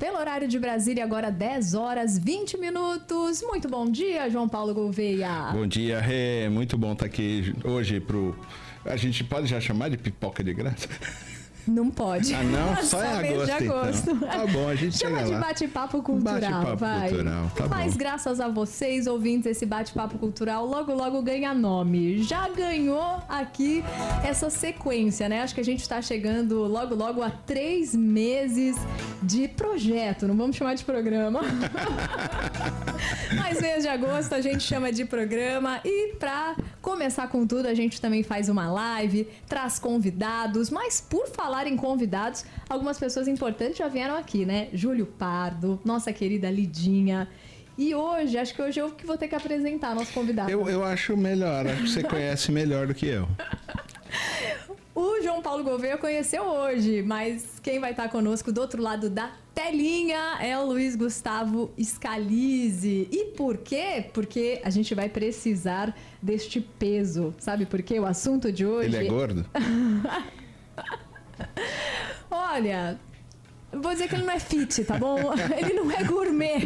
Pelo horário de Brasília, agora 10 horas 20 minutos. Muito bom dia, João Paulo Gouveia. Bom dia, Rê. Muito bom estar aqui hoje pro... A gente pode já chamar de pipoca de graça? Não pode. Ah, não? Só em agosto, então. Tá bom, a gente chama de bate-papo cultural, cultural, tá Mas bom. graças a vocês, ouvintes, esse bate-papo cultural logo, logo ganha nome. Já ganhou aqui essa sequência, né? Acho que a gente tá chegando logo, logo a 3 meses de projeto. Não vamos chamar de programa. Mas mês de agosto a gente chama de programa. E pra começar com tudo, a gente também faz uma live, traz convidados. Mas por falar em convidados, algumas pessoas importantes já vieram aqui, né? Júlio Pardo, nossa querida Lidinha. E hoje, acho que hoje eu que vou ter que apresentar nosso convidado. Eu acho melhor, acho que você conhece melhor do que eu. O João Paulo Gouveia conheceu hoje, mas quem vai estar conosco do outro lado da telinha é o Luiz Gustavo Scalise. E por quê? Porque a gente vai precisar deste peso. Sabe por quê? O assunto de hoje... Ele é gordo? Olha, vou dizer que ele não é fit, tá bom? Ele não é gourmet.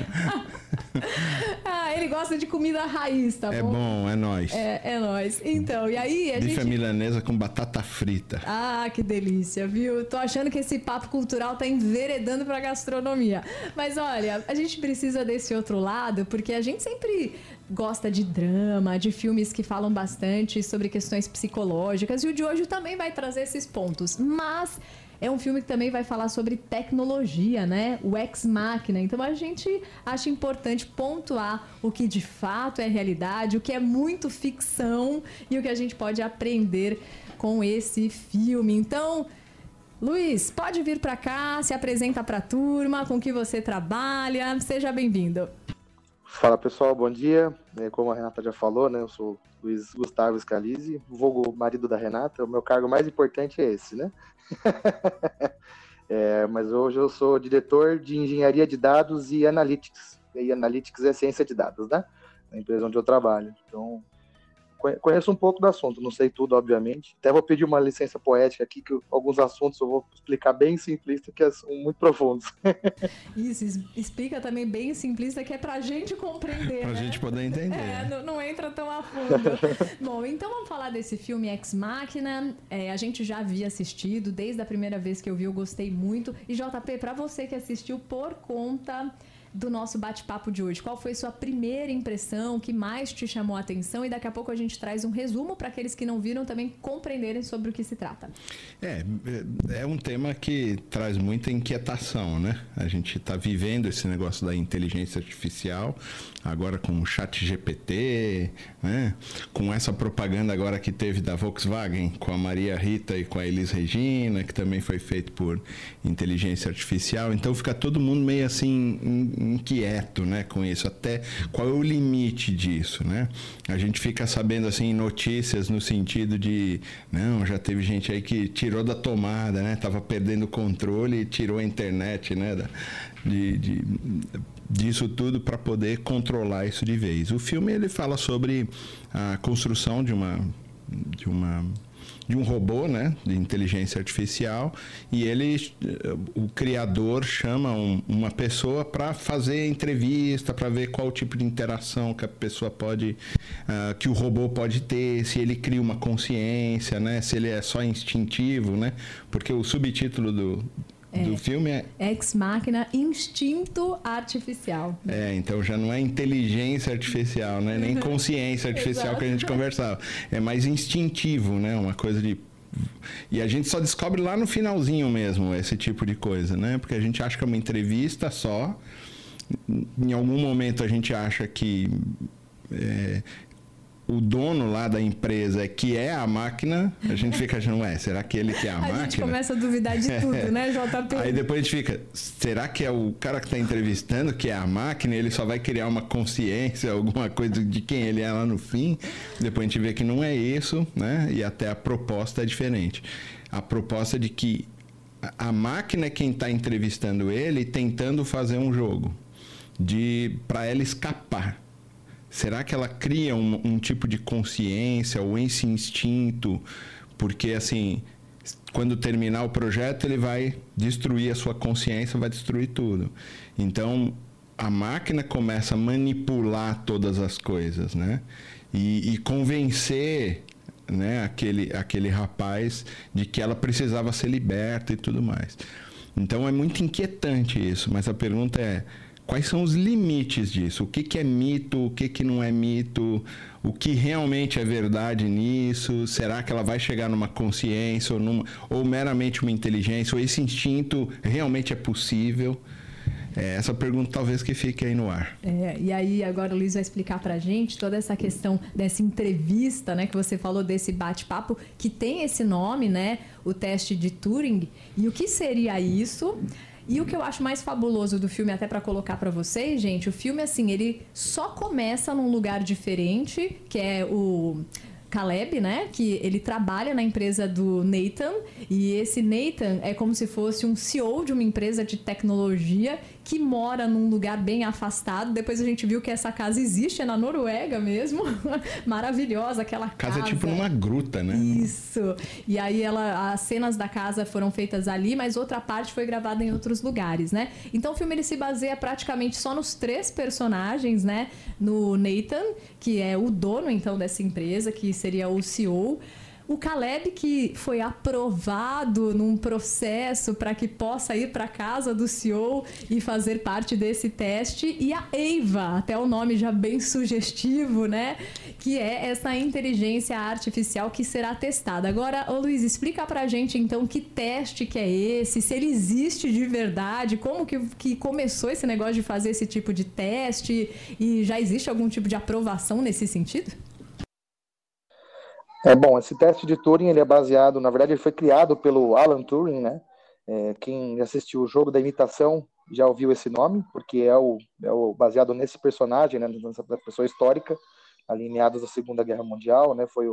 Ele gosta de comida raiz, tá bom? É bom, é nóis. É nóis. Então, e aí a Bife gente... milanesa com batata frita. Ah, que delícia, viu? Tô achando que esse papo cultural tá enveredando pra gastronomia. Mas olha, a gente precisa desse outro lado, porque a gente sempre gosta de drama, de filmes que falam bastante sobre questões psicológicas, e o de hoje também vai trazer esses pontos. Mas é um filme que também vai falar sobre tecnologia, né? O Ex Machina. Então a gente acha importante pontuar o que de fato é realidade, o que é muito ficção e o que a gente pode aprender com esse filme. Então, Luiz, pode vir para cá, se apresenta para a turma, com que você trabalha. Seja bem-vindo. Fala pessoal, bom dia. Como a Renata já falou, né? Eu sou Luiz Gustavo Scalise, vulgo marido da Renata. O meu cargo mais importante é esse, né? Mas hoje eu sou diretor de engenharia de dados e analytics. E analytics é ciência de dados, né? Na empresa onde eu trabalho. Então, conheço um pouco do assunto, não sei tudo, obviamente. Até vou pedir uma licença poética aqui, que alguns assuntos eu vou explicar bem simplista, que são muito profundos. Isso, explica também bem simplista, que é pra gente compreender, Pra gente poder entender. Não entra tão a fundo. Bom, então vamos falar desse filme Ex Machina. A gente já havia assistido, desde a primeira vez que eu vi, eu gostei muito. E JP, pra você que assistiu por conta do nosso bate-papo de hoje, qual foi sua primeira impressão, o que mais te chamou a atenção? E daqui a pouco a gente traz um resumo para aqueles que não viram também compreenderem sobre o que se trata. É um tema que traz muita inquietação, né? A gente está vivendo esse negócio da inteligência artificial, agora com o ChatGPT, né? Com essa propaganda agora que teve da Volkswagen, com a Maria Rita e com a Elis Regina, que também foi feito por inteligência artificial. Então fica todo mundo meio assim inquieto, né, com isso, até qual é o limite disso, né? A gente fica sabendo assim notícias no sentido de, não, já teve gente aí que tirou da tomada, né, tava perdendo o controle e tirou a internet, né, disso tudo para poder controlar isso de vez. O filme ele fala sobre a construção de um robô, né, de inteligência artificial, e o criador chama uma pessoa para fazer entrevista, para ver qual tipo de interação que a pessoa pode, que o robô pode ter, se ele cria uma consciência, né, se ele é só instintivo, né, porque o subtítulo do filme é Ex Machina, instinto artificial. Então já não é inteligência artificial, né? Nem consciência artificial que a gente conversava. É mais instintivo, né? Uma coisa de... E a gente só descobre lá no finalzinho mesmo esse tipo de coisa, né? Porque a gente acha que é uma entrevista só. Em algum momento a gente acha que... o dono lá da empresa que é a máquina, a gente fica achando, será que ele que é a máquina? A gente começa a duvidar de tudo, né, JP? Aí depois a gente fica, será que é o cara que está entrevistando que é a máquina? Ele só vai criar uma consciência, alguma coisa de quem ele é lá no fim? Depois a gente vê que não é isso, né? E até a proposta é diferente. A proposta de que a máquina é quem está entrevistando ele tentando fazer um jogo para ela escapar. Será que ela cria um tipo de consciência ou esse instinto? Porque, assim, quando terminar o projeto, ele vai destruir a sua consciência, vai destruir tudo. Então, a máquina começa a manipular todas as coisas, né? E convencer, né, aquele rapaz de que ela precisava ser liberta e tudo mais. Então, é muito inquietante isso, mas a pergunta é: quais são os limites disso? O que é mito? O que não é mito? O que realmente é verdade nisso? Será que ela vai chegar numa consciência ou meramente uma inteligência? Ou esse instinto realmente é possível? Essa pergunta talvez que fique aí no ar. E aí agora o Luiz vai explicar pra gente toda essa questão dessa entrevista, né, que você falou, desse bate-papo, que tem esse nome, né, o teste de Turing, e o que seria isso? E o que eu acho mais fabuloso do filme, até para colocar para vocês, gente, o filme, assim, ele só começa num lugar diferente, que é o Caleb, né? Que ele trabalha na empresa do Nathan, e esse Nathan é como se fosse um CEO de uma empresa de tecnologia que mora num lugar bem afastado. Depois a gente viu que essa casa existe, é na Noruega mesmo. Maravilhosa aquela casa. Casa é tipo numa gruta, né? Isso. E aí as cenas da casa foram feitas ali, mas outra parte foi gravada em outros lugares, né? Então o filme ele se baseia praticamente só nos 3 personagens, né? No Nathan, que é o dono então dessa empresa, que seria o CEO. O Caleb, que foi aprovado num processo para que possa ir para casa do CEO e fazer parte desse teste. E a Eva, até o nome já bem sugestivo, né? Que é essa inteligência artificial que será testada. Agora, ô Luiz, explica pra gente então que teste que é esse, se ele existe de verdade, como que começou esse negócio de fazer esse tipo de teste e já existe algum tipo de aprovação nesse sentido? Bom, esse teste de Turing, ele é baseado, na verdade, ele foi criado pelo Alan Turing, né? Quem assistiu o Jogo da Imitação já ouviu esse nome, porque é o baseado nesse personagem, né? Nessa pessoa histórica, ali em meados da Segunda Guerra Mundial, né? Foi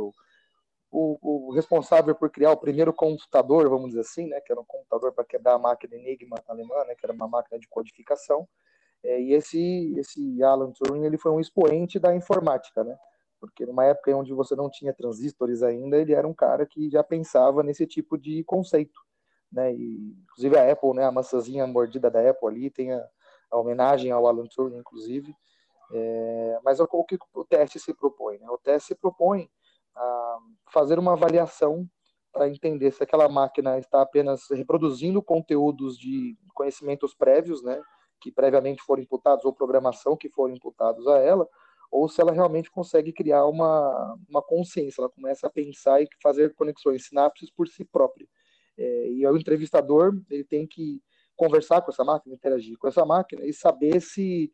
o responsável por criar o primeiro computador, vamos dizer assim, né? Que era um computador para quebrar a máquina Enigma alemã, né? Que era uma máquina de codificação. E esse Alan Turing, ele foi um expoente da informática, né? Porque numa época onde você não tinha transistores ainda, ele era um cara que já pensava nesse tipo de conceito, né? E, inclusive a Apple, né? A maçãzinha mordida da Apple ali tem a homenagem ao Alan Turing, inclusive. Mas o que o teste se propõe, né? O teste se propõe a fazer uma avaliação para entender se aquela máquina está apenas reproduzindo conteúdos de conhecimentos prévios, né? Que previamente foram imputados, ou programação que foram imputados a ela, ou se ela realmente consegue criar uma consciência, ela começa a pensar e fazer conexões, sinapses por si própria. E o entrevistador, ele tem que conversar com essa máquina, interagir com essa máquina e saber se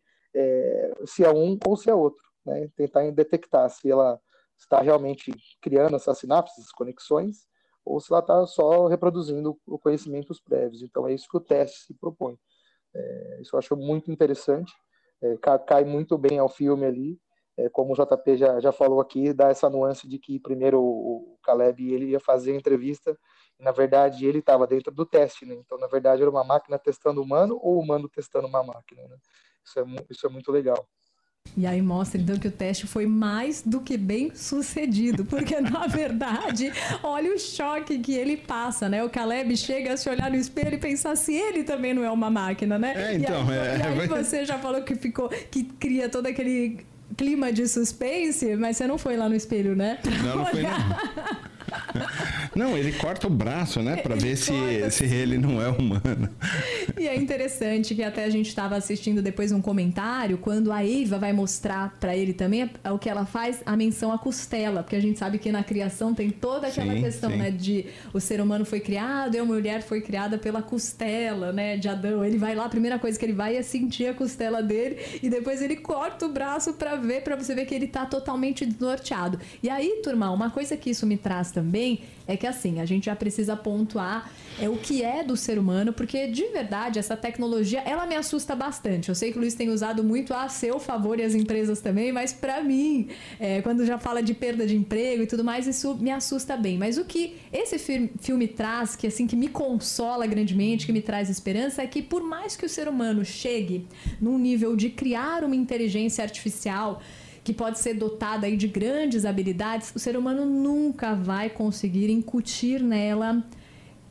é um ou se é outro, né? Tentar detectar se ela está realmente criando essas sinapses, essas conexões, ou se ela está só reproduzindo os conhecimentos prévios. Então é isso que o teste se propõe. Isso eu acho muito interessante, cai muito bem ao filme ali. Como o JP já falou aqui, dá essa nuance de que primeiro o Caleb ele ia fazer a entrevista e, na verdade, ele estava dentro do teste, né? Então, na verdade, era uma máquina testando o humano ou o humano testando uma máquina, né? Isso é muito legal. E aí mostra, então, que o teste foi mais do que bem sucedido, porque, na verdade, olha o choque que ele passa, né? O Caleb chega a se olhar no espelho e pensar se ele também não é uma máquina, né? Então, e aí você já falou que cria todo aquele clima de suspense, mas você não foi lá no espelho, né? Não foi não. Não, ele corta o braço, né? Pra ver se ele não é humano. E é interessante que até a gente estava assistindo depois um comentário, quando a Eva vai mostrar pra ele também o que ela faz, a menção à costela, porque a gente sabe que na criação tem toda aquela questão, né? De o ser humano foi criado e a mulher foi criada pela costela, né? De Adão. Ele vai lá, a primeira coisa que ele vai é sentir a costela dele e depois ele corta o braço pra você ver que ele tá totalmente desnorteado. E aí, turma, uma coisa que isso me traz também é que, assim, a gente já precisa pontuar o que é do ser humano, porque, de verdade, essa tecnologia, ela me assusta bastante. Eu sei que o Luiz tem usado muito a seu favor e as empresas também, mas, pra mim, quando já fala de perda de emprego e tudo mais, isso me assusta bem. Mas o que esse filme traz, que, assim, que me consola grandemente, que me traz esperança, é que, por mais que o ser humano chegue num nível de criar uma inteligência artificial que pode ser dotada aí de grandes habilidades, o ser humano nunca vai conseguir incutir nela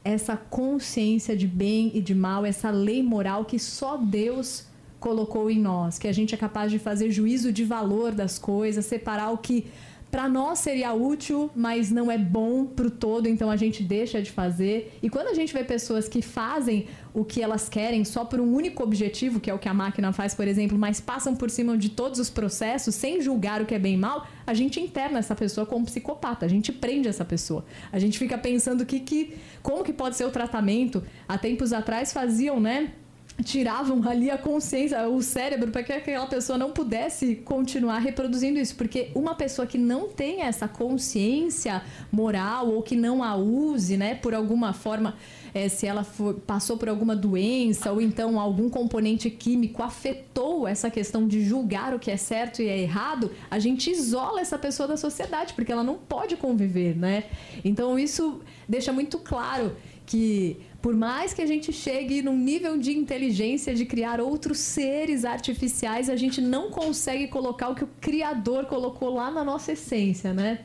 essa consciência de bem e de mal, essa lei moral que só Deus colocou em nós, que a gente é capaz de fazer juízo de valor das coisas, separar o que para nós seria útil, mas não é bom pro todo, então a gente deixa de fazer. E quando a gente vê pessoas que fazem o que elas querem só por um único objetivo, que é o que a máquina faz, por exemplo, mas passam por cima de todos os processos sem julgar o que é bem e mal, a gente interna essa pessoa como psicopata, a gente prende essa pessoa. A gente fica pensando como que pode ser o tratamento. Há tempos atrás faziam, né? Tiravam ali a consciência, o cérebro, para que aquela pessoa não pudesse continuar reproduzindo isso. Porque uma pessoa que não tem essa consciência moral ou que não a use, né, por alguma forma, se ela passou por alguma doença ou então algum componente químico afetou essa questão de julgar o que é certo e é errado, a gente isola essa pessoa da sociedade, porque ela não pode conviver, né? Então isso deixa muito claro que por mais que a gente chegue num nível de inteligência de criar outros seres artificiais, a gente não consegue colocar o que o Criador colocou lá na nossa essência, né?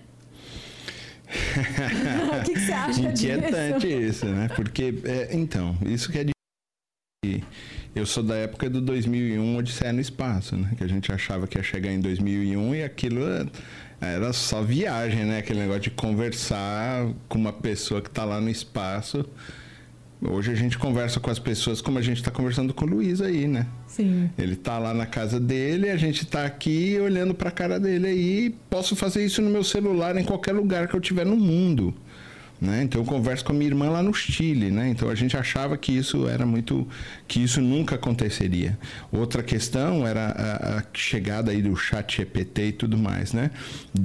O que você acha disso? Inquietante isso, né? Porque, então, isso que é difícil. Eu sou da época do 2001, Odisseia no Espaço, né? Que a gente achava que ia chegar em 2001 e aquilo era só viagem, né? Aquele negócio de conversar com uma pessoa que está lá no espaço. Hoje a gente conversa com as pessoas como a gente está conversando com o Luiz aí, né? Sim. Ele tá lá na casa dele, a gente tá aqui olhando para a cara dele aí. Posso fazer isso no meu celular em qualquer lugar que eu tiver no mundo, né? Então eu converso com a minha irmã lá no Chile, né? Então a gente achava que isso era que isso nunca aconteceria. Outra questão era a chegada aí do ChatGPT e tudo mais, né?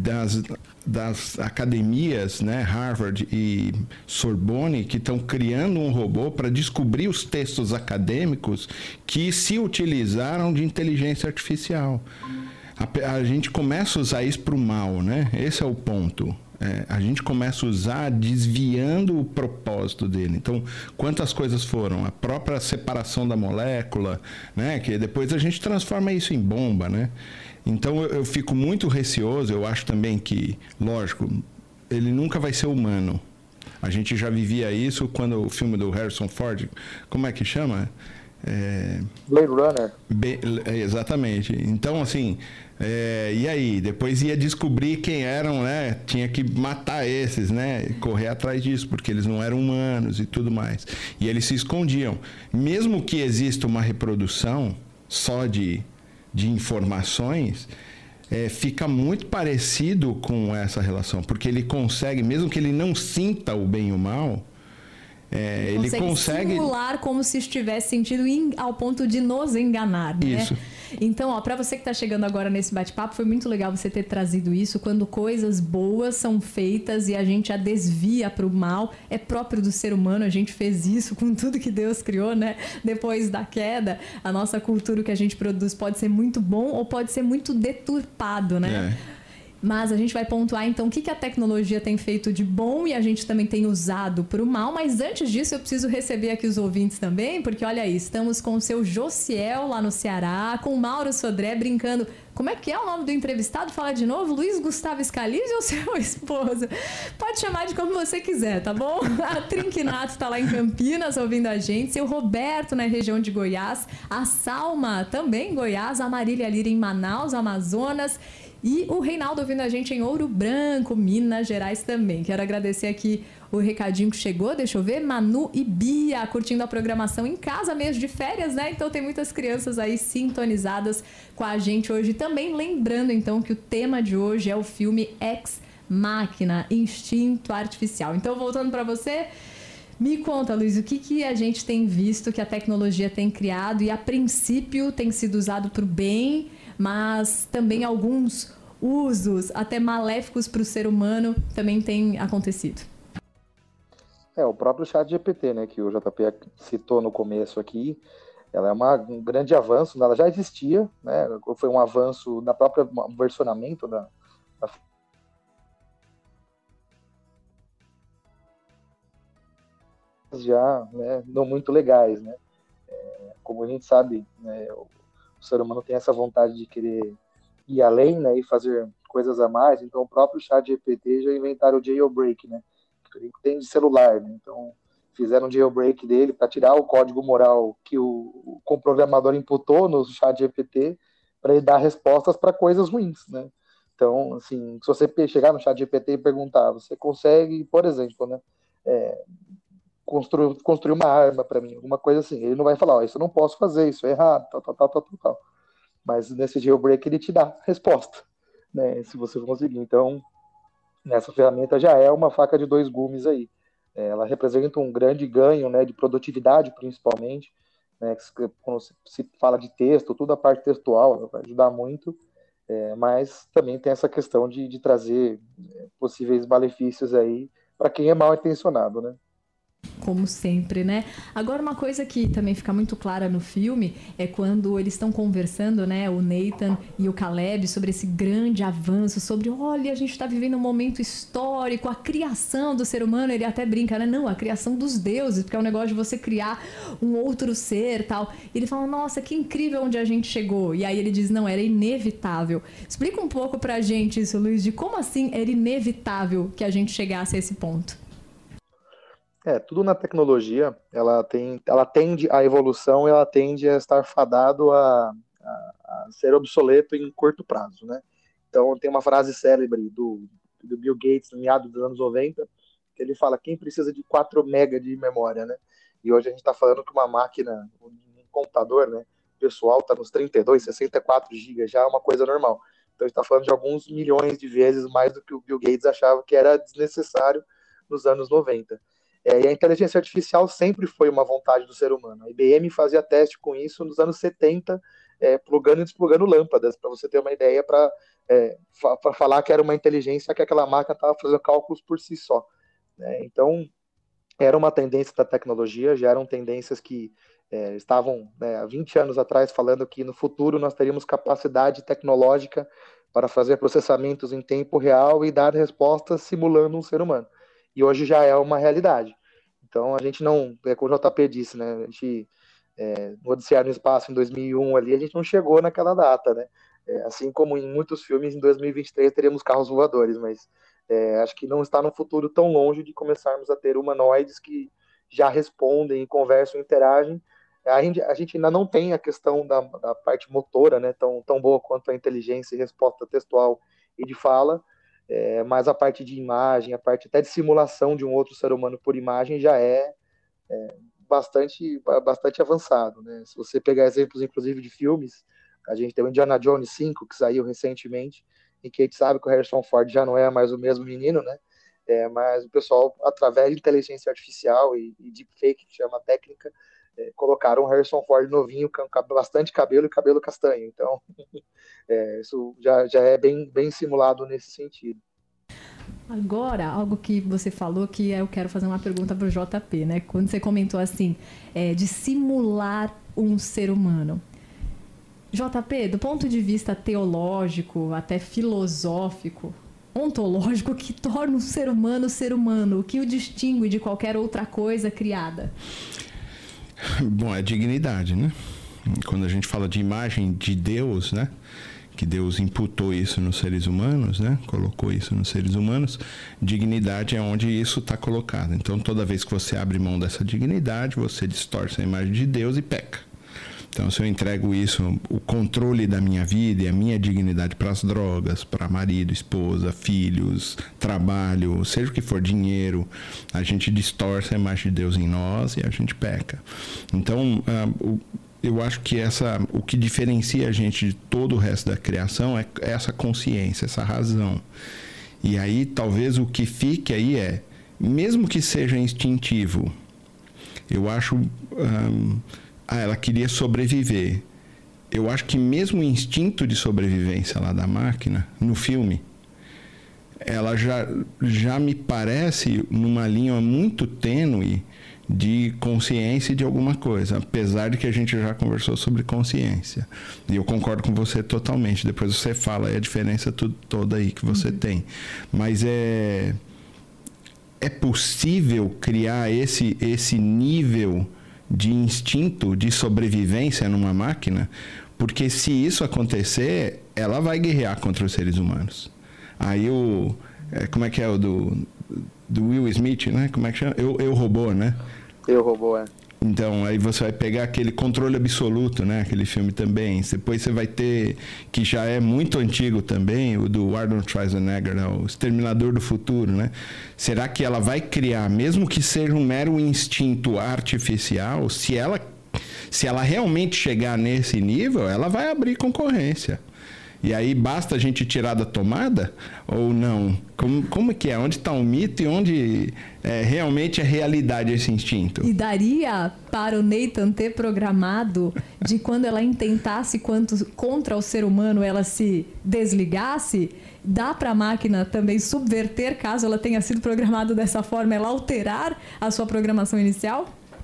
Das academias, né, Harvard e Sorbonne, que estão criando um robô para descobrir os textos acadêmicos que se utilizaram de inteligência artificial. A gente começa a usar isso para o mal, né? Esse é o ponto. A gente começa a usar desviando o propósito dele. Então, quantas coisas foram? A própria separação da molécula, né? Que depois a gente transforma isso em bomba, né? Então, eu fico muito receoso. Eu acho também que, lógico, ele nunca vai ser humano. A gente já vivia isso quando o filme do Harrison Ford, como é que chama? Blade Runner. Exatamente. Então, assim, e aí? Depois ia descobrir quem eram, né? Tinha que matar esses, né? Correr atrás disso, porque eles não eram humanos e tudo mais. E eles se escondiam. Mesmo que exista uma reprodução só de informações, fica muito parecido com essa relação, porque ele consegue, mesmo que ele não sinta o bem e o mal, ele consegue simular como se estivesse sentindo ao ponto de nos enganar, né? Isso. Então, para você que está chegando agora nesse bate-papo, foi muito legal você ter trazido isso. Quando coisas boas são feitas e a gente a desvia para o mal, é próprio do ser humano. A gente fez isso com tudo que Deus criou, né? Depois da queda, a nossa cultura, o que a gente produz pode ser muito bom ou pode ser muito deturpado, né? Mas a gente vai pontuar, então, o que a tecnologia tem feito de bom e a gente também tem usado para o mal. Mas antes disso, eu preciso receber aqui os ouvintes também, porque, olha aí, estamos com o seu Josiel lá no Ceará, com o Mauro Sodré brincando. Como é que é o nome do entrevistado? Fala de novo. Luiz Gustavo Scalise ou seu esposo? Pode chamar de como você quiser, tá bom? A Trinquinato está lá em Campinas ouvindo a gente. Seu Roberto na região de Goiás. A Salma também em Goiás. A Marília Lira em Manaus, Amazonas. E o Reinaldo ouvindo a gente em Ouro Branco, Minas Gerais também. Quero agradecer aqui o recadinho que chegou, deixa eu ver, Manu e Bia curtindo a programação em casa mesmo, de férias, né? Então tem muitas crianças aí sintonizadas com a gente hoje. Também lembrando, então, que o tema de hoje é o filme Ex Machina, Instinto Artificial. Então, voltando para você, me conta, Luiz, o que a gente tem visto que a tecnologia tem criado e, a princípio, tem sido usado para o bem, mas também alguns usos até maléficos para o ser humano também têm acontecido. O próprio ChatGPT, né, que o JP citou no começo aqui, ela é um grande avanço, ela já existia, né, foi um avanço na própria versionamento da já, né, não muito legais, né, como a gente sabe, né, o ser humano tem essa vontade de querer ir além, né, e fazer coisas a mais. Então o próprio ChatGPT já inventaram o jailbreak, né, que tem de celular, né? Então fizeram um jailbreak dele para tirar o código moral que o programador imputou no chat GPT para ele dar respostas para coisas ruins, né? Então, assim, se você chegar no chat GPT e perguntar, você consegue, por exemplo, né, construir uma arma para mim, alguma coisa assim, ele não vai falar, isso eu não posso fazer, isso é errado, tal. Mas nesse jailbreak ele te dá resposta, né, se você conseguir. Então, essa ferramenta já é uma faca de dois gumes aí. Ela representa um grande ganho, né, de produtividade, principalmente, né, quando se fala de texto, toda a parte textual vai ajudar muito, mas também tem essa questão de trazer possíveis malefícios aí para quem é mal intencionado, né? Como sempre, né? Agora, uma coisa que também fica muito clara no filme é quando eles estão conversando, né? O Nathan e o Caleb sobre esse grande avanço, sobre, olha, a gente está vivendo um momento histórico, a criação do ser humano, ele até brinca, né? Não, a criação dos deuses, porque é um negócio de você criar um outro ser, tal. E ele fala, nossa, que incrível onde a gente chegou. E aí ele diz, não, era inevitável. Explica um pouco pra gente isso, Luiz, de como assim era inevitável que a gente chegasse a esse ponto. Tudo na tecnologia, ela tende à evolução, ela tende a estar fadado a ser obsoleto em curto prazo, né? Então, tem uma frase célebre do Bill Gates, no meado dos anos 90, que ele fala, quem precisa de 4 mega de memória, né? E hoje a gente está falando que uma máquina, um computador, né, pessoal, está nos 32, 64 gigas, já é uma coisa normal. Então, a gente está falando de alguns milhões de vezes mais do que o Bill Gates achava que era desnecessário nos anos 90. E a inteligência artificial sempre foi uma vontade do ser humano. A IBM fazia teste com isso nos anos 70, plugando e desplugando lâmpadas, para você ter uma ideia, para falar que era uma inteligência que aquela máquina estava fazendo cálculos por si só. Né? Então, era uma tendência da tecnologia, já eram tendências que estavam, né, há 20 anos atrás falando que no futuro nós teríamos capacidade tecnológica para fazer processamentos em tempo real e dar respostas simulando um ser humano. E hoje já é uma realidade. Então, a gente não, como o JP disse, né, a gente, no Odisseia no Espaço, em 2001, ali, a gente não chegou naquela data, né? Assim como em muitos filmes, em 2023 teremos carros voadores, mas acho que não está no futuro tão longe de começarmos a ter humanoides que já respondem, conversam, interagem. A gente ainda não tem a questão da parte motora, né, tão boa quanto a inteligência e resposta textual e de fala, mas a parte de imagem, a parte até de simulação de um outro ser humano por imagem já é bastante avançado, né? Se você pegar exemplos, inclusive, de filmes, a gente tem o Indiana Jones 5, que saiu recentemente, em que a gente sabe que o Harrison Ford já não é mais o mesmo menino, né? Mas o pessoal, através de inteligência artificial e deepfake, que chama a técnica, colocaram o Harrison Ford novinho, com bastante cabelo e cabelo castanho. Então, isso já é bem simulado nesse sentido. Agora, algo que você falou que eu quero fazer uma pergunta para o JP, né? Quando você comentou assim, de simular um ser humano. JP, do ponto de vista teológico, até filosófico, ontológico, o que torna um ser humano, o que o distingue de qualquer outra coisa criada? Bom, é dignidade, né? Quando a gente fala de imagem de Deus, né? Que Deus imputou isso nos seres humanos, né? Colocou isso nos seres humanos. Dignidade é onde isso está colocado. Então, toda vez que você abre mão dessa dignidade, você distorce a imagem de Deus e peca. Então, se eu entrego isso, o controle da minha vida e a minha dignidade para as drogas, para marido, esposa, filhos, trabalho, seja o que for, dinheiro, a gente distorce a imagem de Deus em nós e a gente peca. Então, eu acho que o que diferencia a gente de todo o resto da criação é essa consciência, essa razão. E aí, talvez o que fique aí mesmo que seja instintivo, eu acho... ela queria sobreviver. Eu acho que mesmo o instinto de sobrevivência lá da máquina, no filme, ela já me parece numa linha muito tênue de consciência de alguma coisa, apesar de que a gente já conversou sobre consciência. E eu concordo com você totalmente. Depois você fala a diferença toda aí que você tem. Mas é possível criar esse nível de instinto de sobrevivência numa máquina, porque se isso acontecer, ela vai guerrear contra os seres humanos. Aí como é que é o do Will Smith, né? Como é que chama? Eu Robô, né? Eu, Robô, é. Então, aí você vai pegar aquele Controle Absoluto, né? Aquele filme também. Depois você vai ter, que já é muito antigo também, o do Arnold Schwarzenegger, né? O Exterminador do Futuro, né? Será que ela vai criar, mesmo que seja um mero instinto artificial, se ela realmente chegar nesse nível, ela vai abrir concorrência. E aí basta a gente tirar da tomada ou não? Como que é? Onde está o mito e onde realmente é realidade esse instinto? E daria para o Nathan ter programado de quando ela intentasse contra o ser humano ela se desligasse? Dá para a máquina também subverter, caso ela tenha sido programada dessa forma, ela alterar a sua programação inicial?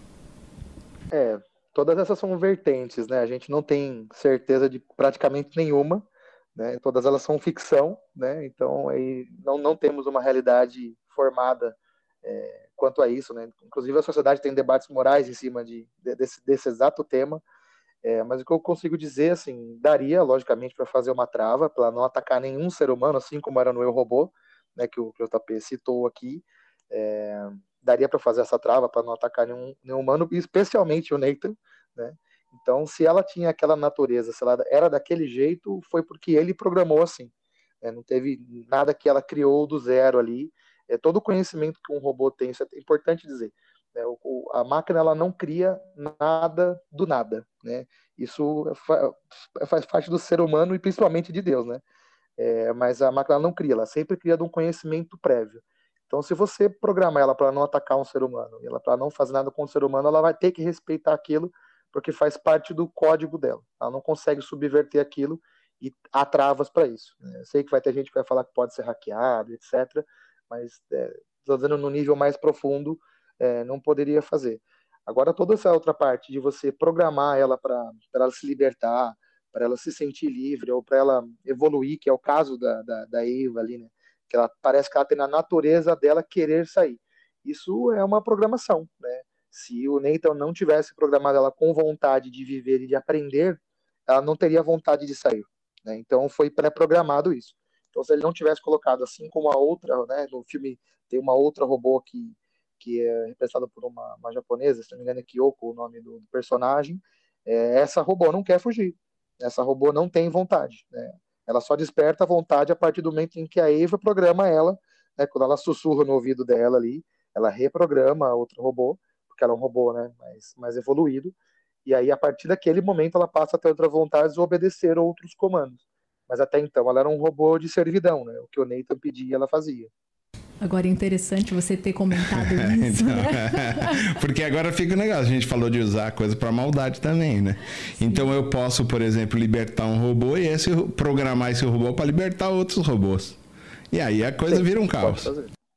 Todas essas são vertentes, né? A gente não tem certeza de praticamente nenhuma. Né? Todas elas são ficção, né? Então aí não temos uma realidade formada quanto a isso, né? Inclusive a sociedade tem debates morais em cima desse exato tema, mas o que eu consigo dizer, assim, daria logicamente para fazer uma trava, para não atacar nenhum ser humano, assim como era no Eu, Robô, né? Que o JP citou aqui, daria para fazer essa trava para não atacar nenhum humano, especialmente o Nathan, né? Então, se ela tinha aquela natureza, se ela era daquele jeito, foi porque ele programou assim. Não teve nada que ela criou do zero ali. Todo o conhecimento que um robô tem, isso é importante dizer. A máquina ela não cria nada do nada. Né? Isso faz parte do ser humano e principalmente de Deus. Né? Mas a máquina ela não cria, ela sempre cria de um conhecimento prévio. Então, se você programar ela para não atacar um ser humano, ela para não fazer nada com o ser humano, ela vai ter que respeitar aquilo, porque faz parte do código dela. Ela não consegue subverter aquilo e há travas para isso. Eu sei que vai ter gente que vai falar que pode ser hackeado, etc., mas estou dizendo no nível mais profundo, não poderia fazer. Agora, toda essa outra parte de você programar ela para ela se libertar, para ela se sentir livre, ou para ela evoluir, que é o caso da Eva ali, né? Que ela parece que ela tem na natureza dela querer sair. Isso é uma programação, né? Se o Nathan não tivesse programado ela com vontade de viver e de aprender, ela não teria vontade de sair. Né? Então foi pré-programado isso. Então se ele não tivesse colocado, assim como a outra, né, no filme tem uma outra robô que é representada por uma japonesa, se não me engano é Kyoko o nome do personagem, essa robô não quer fugir. Essa robô não tem vontade. Né? Ela só desperta a vontade a partir do momento em que a Eva programa ela, né, quando ela sussurra no ouvido dela ali, ela reprograma a outra robô, porque ela é um robô, né, mais evoluído, e aí a partir daquele momento ela passa a ter outras vontades e obedecer outros comandos. Mas até então ela era um robô de servidão, né, o que o Nathan pedia ela fazia. Agora é interessante você ter comentado isso, então, né? Porque agora fica o negócio, a gente falou de usar a coisa para maldade também, né? Sim. Então eu posso, por exemplo, libertar um robô e programar esse robô para libertar outros robôs. E aí a coisa vira um caos.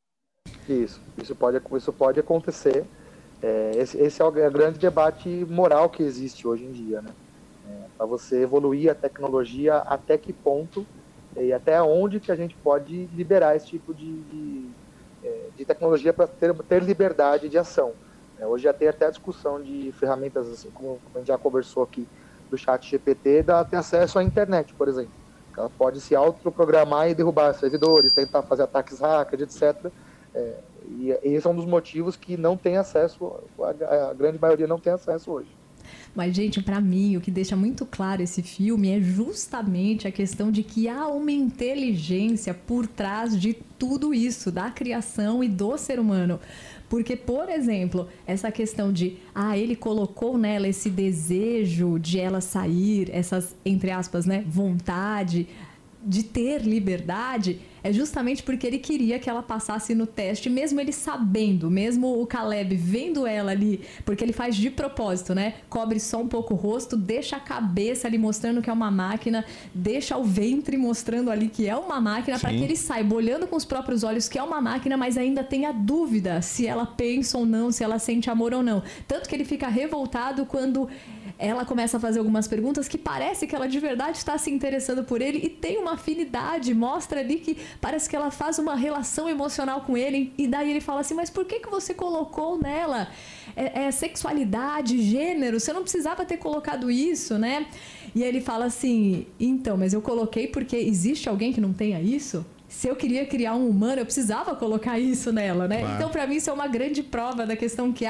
Isso pode acontecer. Esse é o grande debate moral que existe hoje em dia, né? Para você evoluir a tecnologia, até que ponto e até onde que a gente pode liberar esse tipo de tecnologia para ter liberdade de ação. Hoje já tem até a discussão de ferramentas, assim como a gente já conversou aqui, do ChatGPT, ter acesso à internet, por exemplo. Ela pode se autoprogramar e derrubar servidores, tentar fazer ataques hackers, etc., e esse é um dos motivos que não tem acesso, a grande maioria não tem acesso hoje. Mas, gente, para mim, o que deixa muito claro esse filme é justamente a questão de que há uma inteligência por trás de tudo isso, da criação e do ser humano. Porque, por exemplo, essa questão de, ele colocou nela esse desejo de ela sair, essas, entre aspas, né, vontade de ter liberdade, é justamente porque ele queria que ela passasse no teste, mesmo ele sabendo, mesmo o Caleb vendo ela ali, porque ele faz de propósito, né? Cobre só um pouco o rosto, deixa a cabeça ali mostrando que é uma máquina, deixa o ventre mostrando ali que é uma máquina, para que ele saiba, olhando com os próprios olhos que é uma máquina, mas ainda tenha dúvida se ela pensa ou não, se ela sente amor ou não. Tanto que ele fica revoltado quando ela começa a fazer algumas perguntas que parece que ela de verdade está se interessando por ele e tem uma afinidade, mostra ali que parece que ela faz uma relação emocional com ele, e daí ele fala assim, mas por que você colocou nela sexualidade, gênero? Você não precisava ter colocado isso, né? E ele fala assim, então, mas eu coloquei porque existe alguém que não tenha isso? Se eu queria criar um humano, eu precisava colocar isso nela, né? Claro. Então, para mim, isso é uma grande prova da questão que há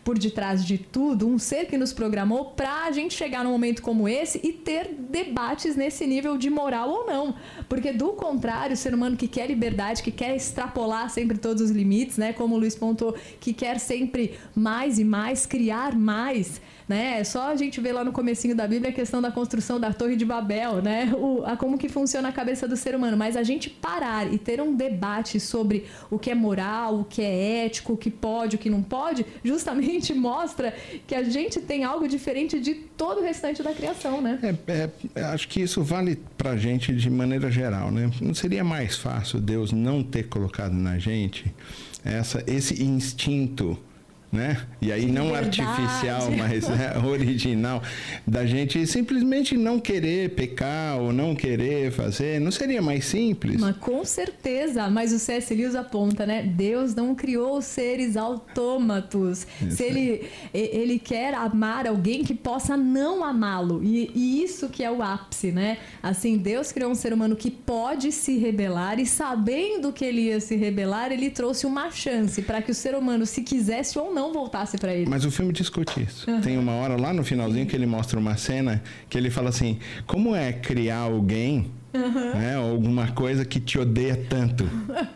por detrás de tudo, um ser que nos programou pra gente chegar num momento como esse e ter debates nesse nível de moral ou não. Porque, do contrário, o ser humano que quer liberdade, que quer extrapolar sempre todos os limites, né? Como o Luiz pontuou, que quer sempre mais e mais, criar mais, né? É só a gente ver lá no comecinho da Bíblia a questão da construção da Torre de Babel, né? Como que funciona a cabeça do ser humano. Mas a gente parar e ter um debate sobre o que é moral, o que é ético, o que pode, o que não pode, justamente mostra que a gente tem algo diferente de todo o restante da criação, né? Acho que isso vale pra gente de maneira geral, né? Não seria mais fácil Deus não ter colocado na gente esse instinto, né? E aí não artificial, mas original, da gente simplesmente não querer pecar ou não querer fazer? Não seria mais simples? Mas com certeza, mas o C.S. Lewis aponta, né? Deus não criou seres autômatos. Isso. Se ele quer amar alguém que possa não amá-lo, e isso que é o ápice, né? Assim, Deus criou um ser humano que pode se rebelar, e sabendo que ele ia se rebelar, ele trouxe uma chance para que o ser humano, se quisesse ou não, voltasse para ele. Mas o filme discute isso. Tem uma hora lá no finalzinho que ele mostra uma cena que ele fala assim: como é criar alguém, né, ou alguma coisa que te odeia tanto?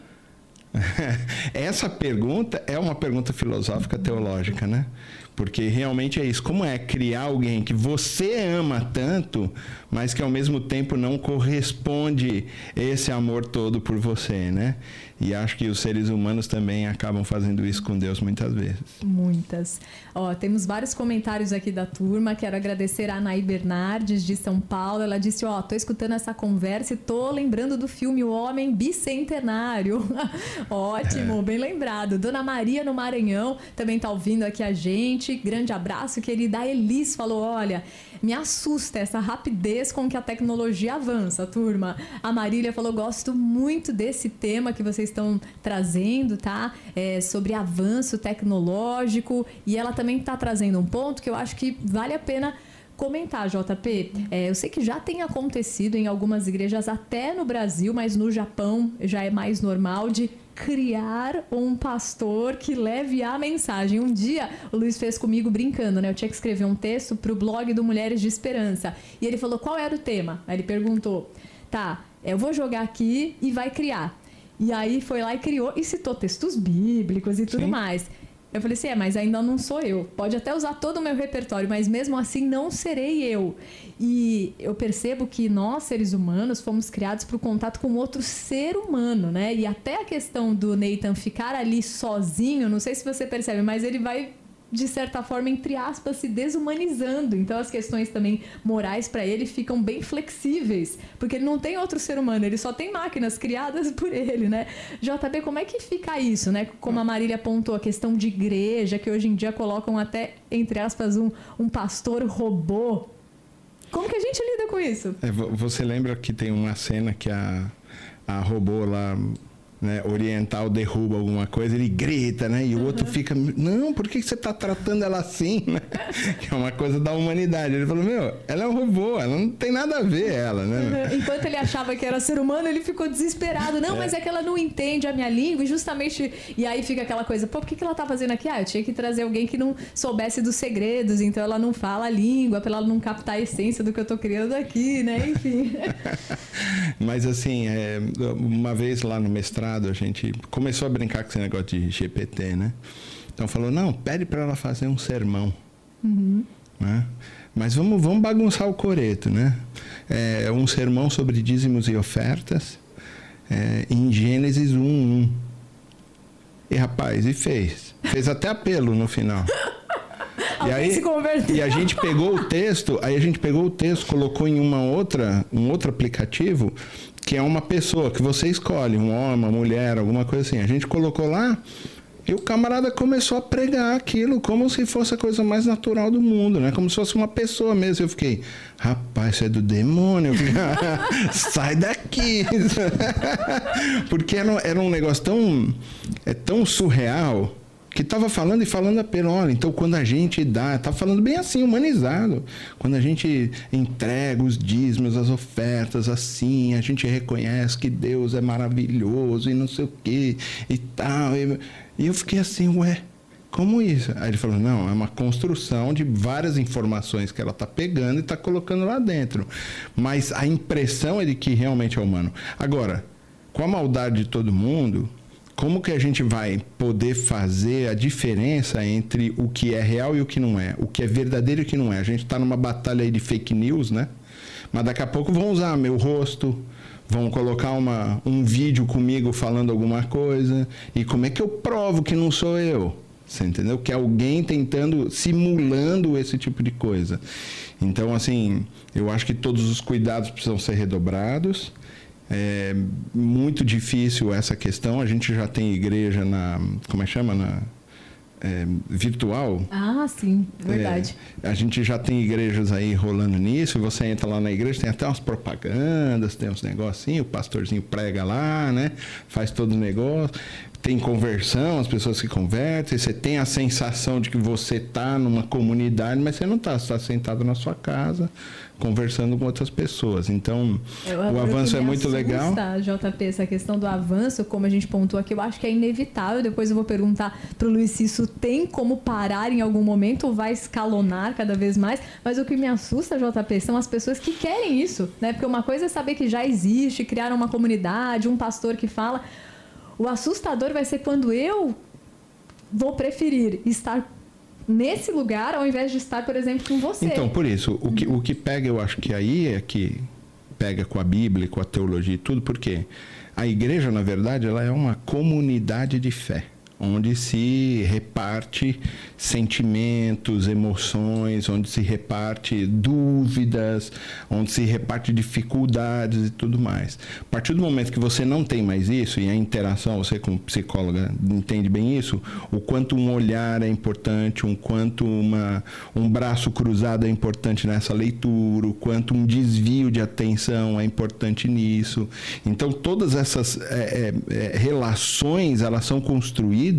Essa pergunta é uma pergunta filosófica teológica, né? Porque realmente é isso. Como é criar alguém que você ama tanto, mas que ao mesmo tempo não corresponde esse amor todo por você, né? E acho que os seres humanos também acabam fazendo isso com Deus muitas vezes. Muitas. Ó, temos vários comentários aqui da turma. Quero agradecer a Anaí Bernardes, de São Paulo. Ela disse, ó, tô escutando essa conversa e tô lembrando do filme O Homem Bicentenário. Ótimo, bem lembrado. Dona Maria, no Maranhão, também tá ouvindo aqui a gente. Grande abraço, querida. A Elis falou, olha, me assusta essa rapidez com que a tecnologia avança, turma. A Marília falou, gosto muito desse tema que vocês estão trazendo, tá? Sobre avanço tecnológico. E ela também está trazendo um ponto que eu acho que vale a pena comentar, JP. Eu sei que já tem acontecido em algumas igrejas, até no Brasil, mas no Japão já é mais normal, de criar um pastor que leve a mensagem. Um dia o Luiz fez comigo brincando, né? Eu tinha que escrever um texto para o blog do Mulheres de Esperança. E ele falou, qual era o tema? Aí ele perguntou, tá, eu vou jogar aqui e vai criar. E aí foi lá e criou e citou textos bíblicos e tudo mais. Eu falei assim, mas ainda não sou eu. Pode até usar todo o meu repertório, mas mesmo assim não serei eu. E eu percebo que nós, seres humanos, fomos criados para o contato com outro ser humano, né? E até a questão do Nathan ficar ali sozinho, não sei se você percebe, mas ele vai, de certa forma, entre aspas, se desumanizando. Então as questões também morais para ele ficam bem flexíveis, porque ele não tem outro ser humano, ele só tem máquinas criadas por ele, né? JB, como é que fica isso, né? Como a Marília apontou, a questão de igreja, que hoje em dia colocam até, entre aspas, um pastor robô. Como que a gente lida com isso? Você lembra que tem uma cena que a robô lá, né, oriental, derruba alguma coisa, ele grita, né? E o outro fica, não, por que você está tratando ela assim? Né? Que é uma coisa da humanidade. Ele falou, ela é um robô, ela não tem nada a ver, ela, né? Enquanto ele achava que era ser humano, ele ficou desesperado. Não, mas é que ela não entende a minha língua, e justamente... E aí fica aquela coisa, por que ela tá fazendo aqui? Eu tinha que trazer alguém que não soubesse dos segredos, então ela não fala a língua, pra ela não captar a essência do que eu tô criando aqui, né? Enfim. Mas assim, uma vez lá no mestrado, a gente começou a brincar com esse negócio de GPT, né? Então falou, não, pede para ela fazer um sermão. Né? Mas vamos bagunçar o coreto, né? Um sermão sobre dízimos e ofertas, em Gênesis 1:1. E rapaz, fez até apelo no final. E a gente pegou o texto, colocou em um outro aplicativo, que é uma pessoa que você escolhe, um homem, uma mulher, alguma coisa assim. A gente colocou lá e o camarada começou a pregar aquilo como se fosse a coisa mais natural do mundo, né? Como se fosse uma pessoa mesmo. Eu fiquei, rapaz, isso é do demônio. Sai daqui. Porque era um negócio tão surreal, que estava falando a pena, olha, então quando a gente dá, tá falando bem assim, humanizado, quando a gente entrega os dízimos, as ofertas, assim, a gente reconhece que Deus é maravilhoso e não sei o que e tal, e eu fiquei assim, como isso? Aí ele falou, não, é uma construção de várias informações que ela está pegando e está colocando lá dentro. Mas a impressão é de que realmente é humano. Agora, com a maldade de todo mundo, como que a gente vai poder fazer a diferença entre o que é real e o que não é? O que é verdadeiro e o que não é? A gente está numa batalha aí de fake news, né? Mas daqui a pouco vão usar meu rosto, vão colocar um vídeo comigo falando alguma coisa. E como é que eu provo que não sou eu? Você entendeu? Que é alguém tentando, simulando esse tipo de coisa. Então, assim, eu acho que todos os cuidados precisam ser redobrados. É muito difícil essa questão. A gente já tem igreja como é que chama? Virtual. Ah, sim, verdade. A gente já tem igrejas aí rolando nisso. Você entra lá na igreja, tem até umas propagandas, tem uns negocinhos, o pastorzinho prega lá, né? Faz todo o negócio. Tem conversão, as pessoas se convertem, você tem a sensação de que você está numa comunidade, mas você não está, você está sentado na sua casa, conversando com outras pessoas. Então, o avanço é muito legal. JP, essa questão do avanço, como a gente pontuou aqui, eu acho que é inevitável. Depois eu vou perguntar para o Luiz se isso tem como parar em algum momento ou vai escalonar cada vez mais. Mas o que me assusta, JP, são as pessoas que querem isso, né? Porque uma coisa é saber que já existe, criar uma comunidade, um pastor que fala. O assustador vai ser quando eu vou preferir estar nesse lugar ao invés de estar, por exemplo, com você. Então, por isso, o que pega, eu acho que aí é que pega com a Bíblia, com a teologia e tudo, porque a igreja, na verdade, ela é uma comunidade de fé, onde se reparte sentimentos, emoções, onde se reparte dúvidas, onde se reparte dificuldades e tudo mais. A partir do momento que você não tem mais isso, e a interação, você como psicóloga entende bem isso, o quanto um olhar é importante, o quanto um braço cruzado é importante nessa leitura, o quanto um desvio de atenção é importante nisso. Então, todas essas relações, elas são construídas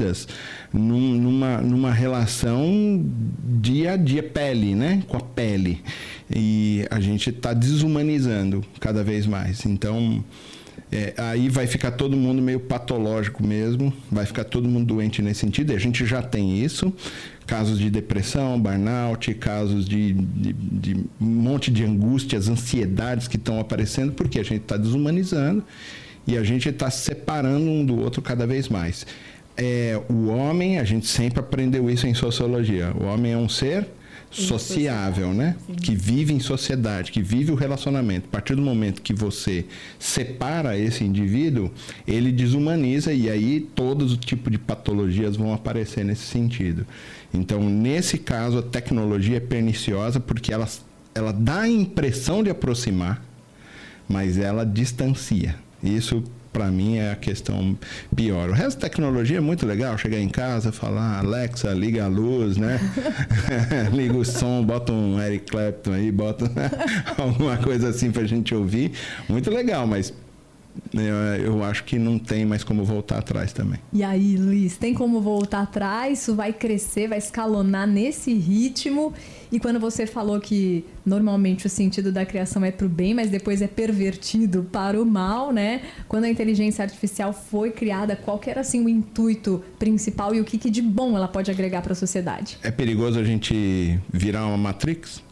numa relação dia a dia, pele, né? Com a pele. E a gente está desumanizando cada vez mais. Então, aí vai ficar todo mundo meio patológico mesmo, vai ficar todo mundo doente nesse sentido. E a gente já tem isso, casos de depressão, burnout, casos de um monte de angústias, ansiedades que estão aparecendo, porque a gente está desumanizando e a gente está se separando um do outro cada vez mais. O homem, a gente sempre aprendeu isso em sociologia, o homem é um ser sociável, né? Sim. Que vive em sociedade, que vive o relacionamento. A partir do momento que você separa esse indivíduo, ele desumaniza e aí todos os tipos de patologias vão aparecer nesse sentido. Então, nesse caso, a tecnologia é perniciosa porque ela dá a impressão de aproximar, mas ela distancia. Isso, para mim, é a questão pior. O resto da tecnologia é muito legal. Chegar em casa, falar, Alexa, liga a luz, né? Liga o som, bota um Eric Clapton aí, bota alguma coisa assim pra gente ouvir. Muito legal, mas eu acho que não tem mais como voltar atrás também. E aí, Luiz, tem como voltar atrás? Isso vai crescer, vai escalonar nesse ritmo? E quando você falou que normalmente o sentido da criação é para o bem, mas depois é pervertido para o mal, né? Quando a inteligência artificial foi criada, qual que era assim o intuito principal e o que de bom ela pode agregar para a sociedade? É perigoso a gente virar uma Matrix?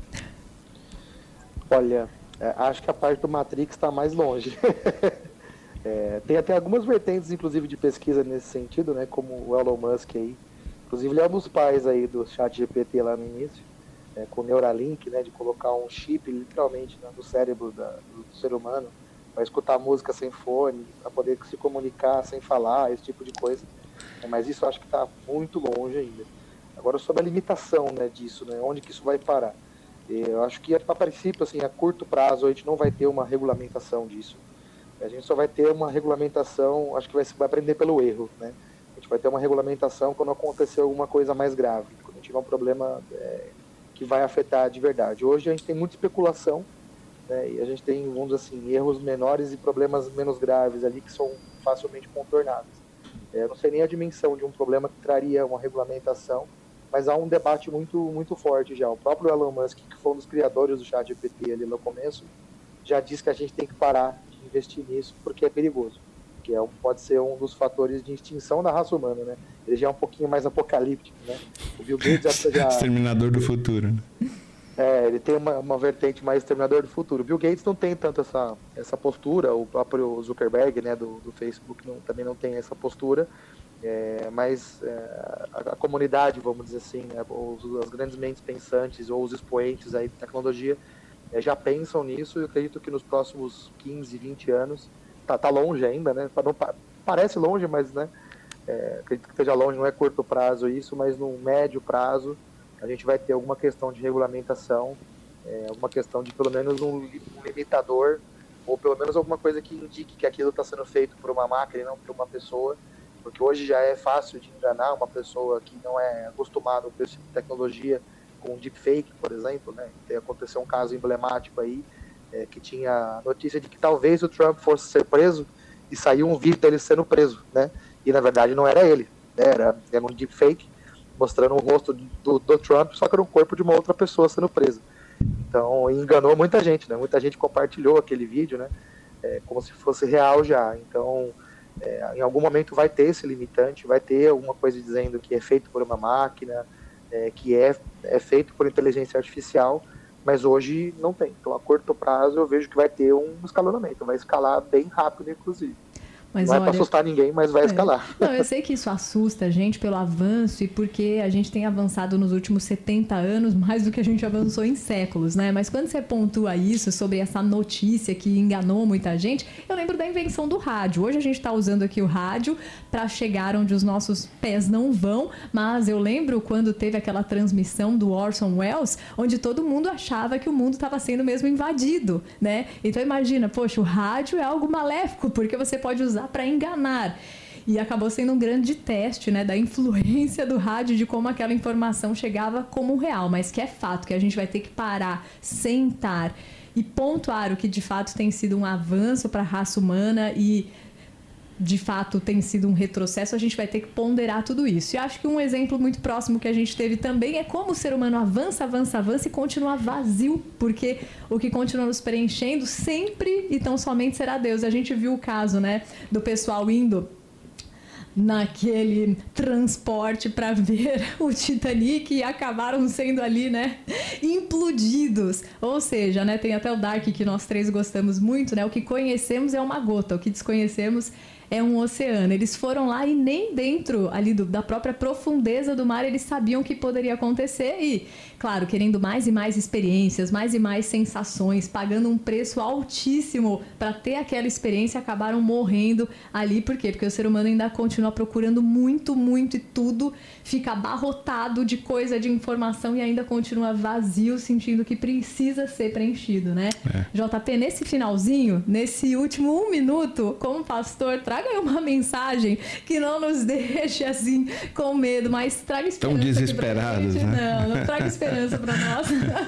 Olha, acho que a parte do Matrix está mais longe. Tem até algumas vertentes, inclusive, de pesquisa nesse sentido, né? Como o Elon Musk aí. Inclusive, ele é um dos pais aí do ChatGPT lá no início, com o Neuralink, né? De colocar um chip, literalmente, no cérebro do ser humano, para escutar música sem fone, para poder se comunicar sem falar, esse tipo de coisa. Mas isso eu acho que está muito longe ainda. Agora, sobre a limitação, né, disso, né? Onde que isso vai parar? Eu acho que, a princípio, assim, a curto prazo, a gente não vai ter uma regulamentação disso. A gente só vai ter uma regulamentação, acho que vai aprender pelo erro, né? A gente vai ter uma regulamentação quando acontecer alguma coisa mais grave, quando a gente tiver um problema que vai afetar de verdade. Hoje a gente tem muita especulação, né? E a gente tem, vamos dizer assim, erros menores e problemas menos graves ali que são facilmente contornáveis. Eu não sei nem a dimensão de um problema que traria uma regulamentação, mas há um debate muito, muito forte já. O próprio Elon Musk, que foi um dos criadores do ChatGPT ali no começo, já disse que a gente tem que parar de investir nisso porque é perigoso. que pode ser um dos fatores de extinção da raça humana, né? Ele já é um pouquinho mais apocalíptico, né? O Bill Gates já... Exterminador do futuro, né? Ele tem uma vertente mais Exterminador do futuro. O Bill Gates não tem tanto essa postura, o próprio Zuckerberg, né, do Facebook também não tem essa postura, mas a comunidade, vamos dizer assim, né, as grandes mentes pensantes ou os expoentes aí de tecnologia já pensam nisso, e eu acredito que nos próximos 15, 20 anos, tá longe ainda, né? Parece longe, mas, né, acredito que esteja longe, não é curto prazo isso, mas no médio prazo a gente vai ter alguma questão de regulamentação, alguma questão de pelo menos um limitador, ou pelo menos alguma coisa que indique que aquilo está sendo feito por uma máquina e não por uma pessoa, porque hoje já é fácil de enganar uma pessoa que não é acostumada com esse tipo de tecnologia, com deepfake, por exemplo, né? Aconteceu um caso emblemático aí, que tinha a notícia de que talvez o Trump fosse ser preso, e saiu um vídeo dele sendo preso, né? E na verdade não era ele, né? Era um deepfake, mostrando o rosto do Trump, só que era um corpo de uma outra pessoa sendo presa. Então, enganou muita gente, né? Muita gente compartilhou aquele vídeo, né? Como se fosse real já. Então, em algum momento vai ter esse limitante, vai ter alguma coisa dizendo que é feito por uma máquina, que é feito por inteligência artificial, mas hoje não tem. Então, a curto prazo, eu vejo que vai ter um escalonamento, vai escalar bem rápido, inclusive. Mas não é para assustar ninguém, mas vai escalar. Não, eu sei que isso assusta a gente pelo avanço e porque a gente tem avançado nos últimos 70 anos mais do que a gente avançou em séculos, né? Mas quando você pontua isso sobre essa notícia que enganou muita gente, eu lembro da invenção do rádio. Hoje a gente está usando aqui o rádio para chegar onde os nossos pés não vão, mas eu lembro quando teve aquela transmissão do Orson Welles, onde todo mundo achava que o mundo estava sendo mesmo invadido, né? Então imagina, poxa, o rádio é algo maléfico, porque você pode usar para enganar. E acabou sendo um grande teste, né, da influência do rádio, de como aquela informação chegava como real, mas que é fato, que a gente vai ter que parar, sentar e pontuar o que de fato tem sido um avanço para a raça humana e de fato tem sido um retrocesso, a gente vai ter que ponderar tudo isso. E acho que um exemplo muito próximo que a gente teve também é como o ser humano avança e continua vazio, porque o que continua nos preenchendo sempre e tão somente será Deus. A gente viu o caso, né, do pessoal indo naquele transporte para ver o Titanic e acabaram sendo ali, né, implodidos. Ou seja, né, tem até o Dark que nós três gostamos muito, né, o que conhecemos é uma gota, o que desconhecemos é um oceano. Eles foram lá e nem dentro ali da própria profundeza do mar eles sabiam que poderia acontecer e, claro, querendo mais e mais experiências, mais e mais sensações, pagando um preço altíssimo para ter aquela experiência, acabaram morrendo ali. Por quê? Porque o ser humano ainda continua procurando muito, muito e tudo fica abarrotado de coisa, de informação e ainda continua vazio, sentindo que precisa ser preenchido, né? JP, nesse finalzinho, nesse último 1 minuto, como pastor, traga aí uma mensagem que não nos deixe assim com medo, mas traga esperança. Tão desesperados, né? Não traga esperança para nós.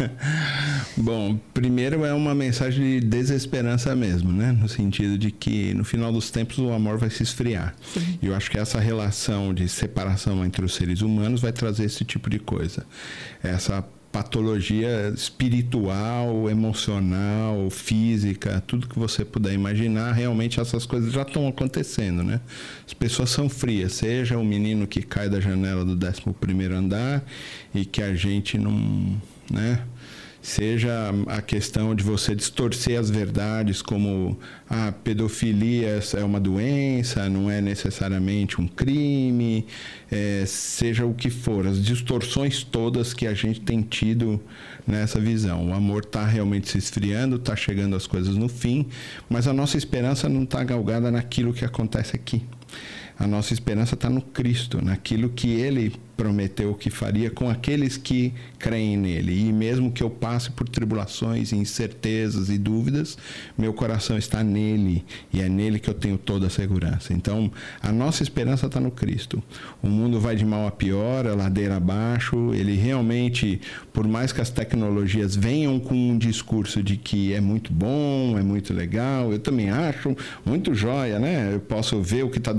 Bom, primeiro é uma mensagem de desesperança mesmo, né? No sentido de que no final dos tempos o amor vai se esfriar. Sim. E eu acho que essa relação de separação entre os seres humanos vai trazer esse tipo de coisa. Essa patologia espiritual, emocional, física, tudo que você puder imaginar, realmente essas coisas já estão acontecendo, né? As pessoas são frias, seja o menino que cai da janela do 11º andar e que a gente não, né? Seja a questão de você distorcer as verdades, como a pedofilia é uma doença, não é necessariamente um crime, seja o que for, as distorções todas que a gente tem tido nessa visão. O amor está realmente se esfriando, está chegando as coisas no fim, mas a nossa esperança não está galgada naquilo que acontece aqui. A nossa esperança está no Cristo, naquilo que Ele prometeu que faria com aqueles que creem nele. E mesmo que eu passe por tribulações, incertezas e dúvidas, meu coração está nele. E é nele que eu tenho toda a segurança. Então, a nossa esperança está no Cristo. O mundo vai de mal a pior, a ladeira abaixo. Ele realmente, por mais que as tecnologias venham com um discurso de que é muito bom, é muito legal, eu também acho muito joia, né? Eu posso ver o que está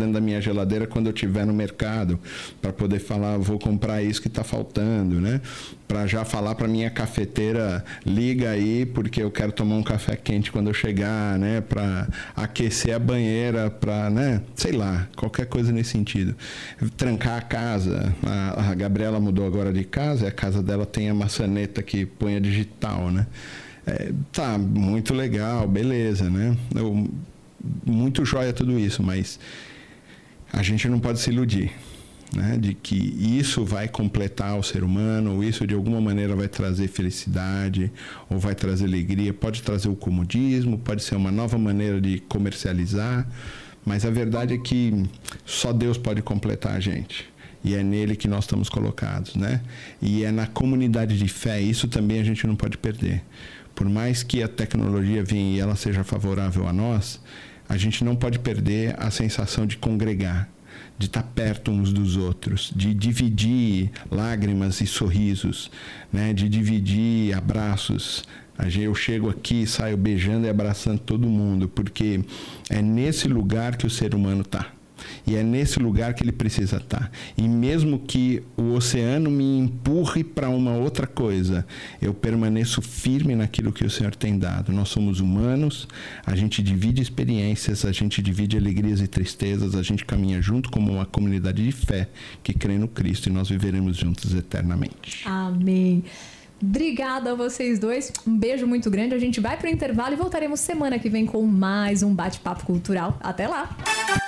dentro da minha geladeira quando eu estiver no mercado, para poder falar, vou comprar isso que está faltando, né? Para já falar para minha cafeteira, liga aí porque eu quero tomar um café quente quando eu chegar, né? Para aquecer a banheira, para, né? Sei lá, qualquer coisa nesse sentido. Trancar a casa. A Gabriela mudou agora de casa, e a casa dela tem a maçaneta que põe a digital, né? Tá, muito legal, beleza, né? Muito jóia tudo isso, mas a gente não pode se iludir, né, de que isso vai completar o ser humano, ou isso de alguma maneira vai trazer felicidade, ou vai trazer alegria. Pode trazer o comodismo, pode ser uma nova maneira de comercializar, mas a verdade é que só Deus pode completar a gente. E é nele que nós estamos colocados, né? E é na comunidade de fé, isso também a gente não pode perder. Por mais que a tecnologia venha e ela seja favorável a nós, a gente não pode perder a sensação de congregar, de estar perto uns dos outros, de dividir lágrimas e sorrisos, né? De dividir abraços. Eu chego aqui e saio beijando e abraçando todo mundo, porque é nesse lugar que o ser humano está. E é nesse lugar que ele precisa estar. E mesmo que o oceano me empurre para uma outra coisa, eu permaneço firme naquilo que o Senhor tem dado. Nós somos humanos, a gente divide experiências, a gente divide alegrias e tristezas, a gente caminha junto como uma comunidade de fé que crê no Cristo, e nós viveremos juntos eternamente. Amém. Obrigada a vocês dois. Um beijo muito grande. A gente vai para o intervalo e voltaremos semana que vem com mais um bate-papo cultural. Até lá!